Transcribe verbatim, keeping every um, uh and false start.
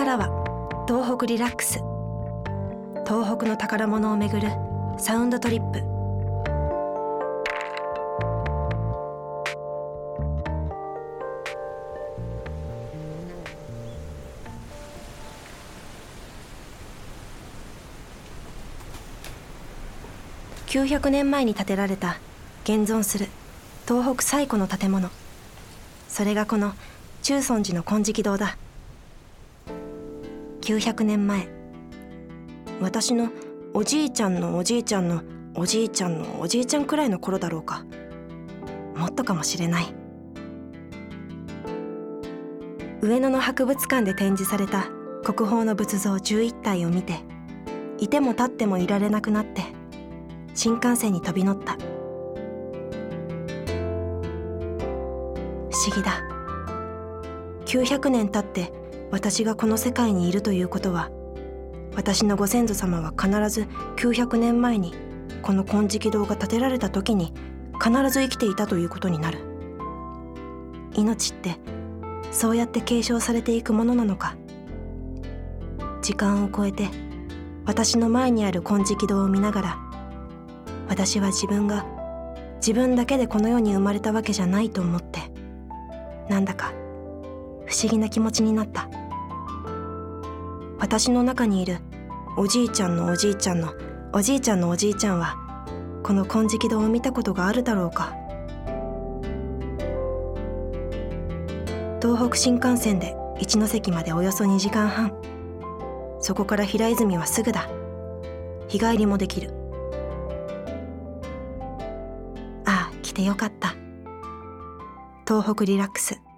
からは東北リラックス、東北の宝物をめぐるサウンドトリップ。きゅうひゃくねんまえに建てられた現存する東北最古の建物、それがこの中尊寺の金色堂だ。きゅうひゃくねんまえ、私のおじいちゃんのおじいちゃんのおじいちゃんのおじいちゃんくらいの頃だろうか、もっとかもしれない。上野の博物館で展示された国宝の仏像じゅういったいを見て、いても立ってもいられなくなって新幹線に飛び乗った。不思議だ。きゅうひゃくねん経って私がこの世界にいるということは、私のご先祖様は必ずきゅうひゃくねんまえにこの金色堂が建てられた時に必ず生きていたということになる。命ってそうやって継承されていくものなのか。時間を超えて私の前にある金色堂を見ながら、私は自分が自分だけでこの世に生まれたわけじゃないと思って、なんだか不思議な気持ちになった。私の中にいるおじいちゃんのおじいちゃんのおじいちゃんのおじいちゃんはこの金色堂を見たことがあるだろうか。東北新幹線で一ノ関までおよそにじかんはん、そこから平泉はすぐだ。日帰りもできる。ああ、来てよかった。東北リラックス。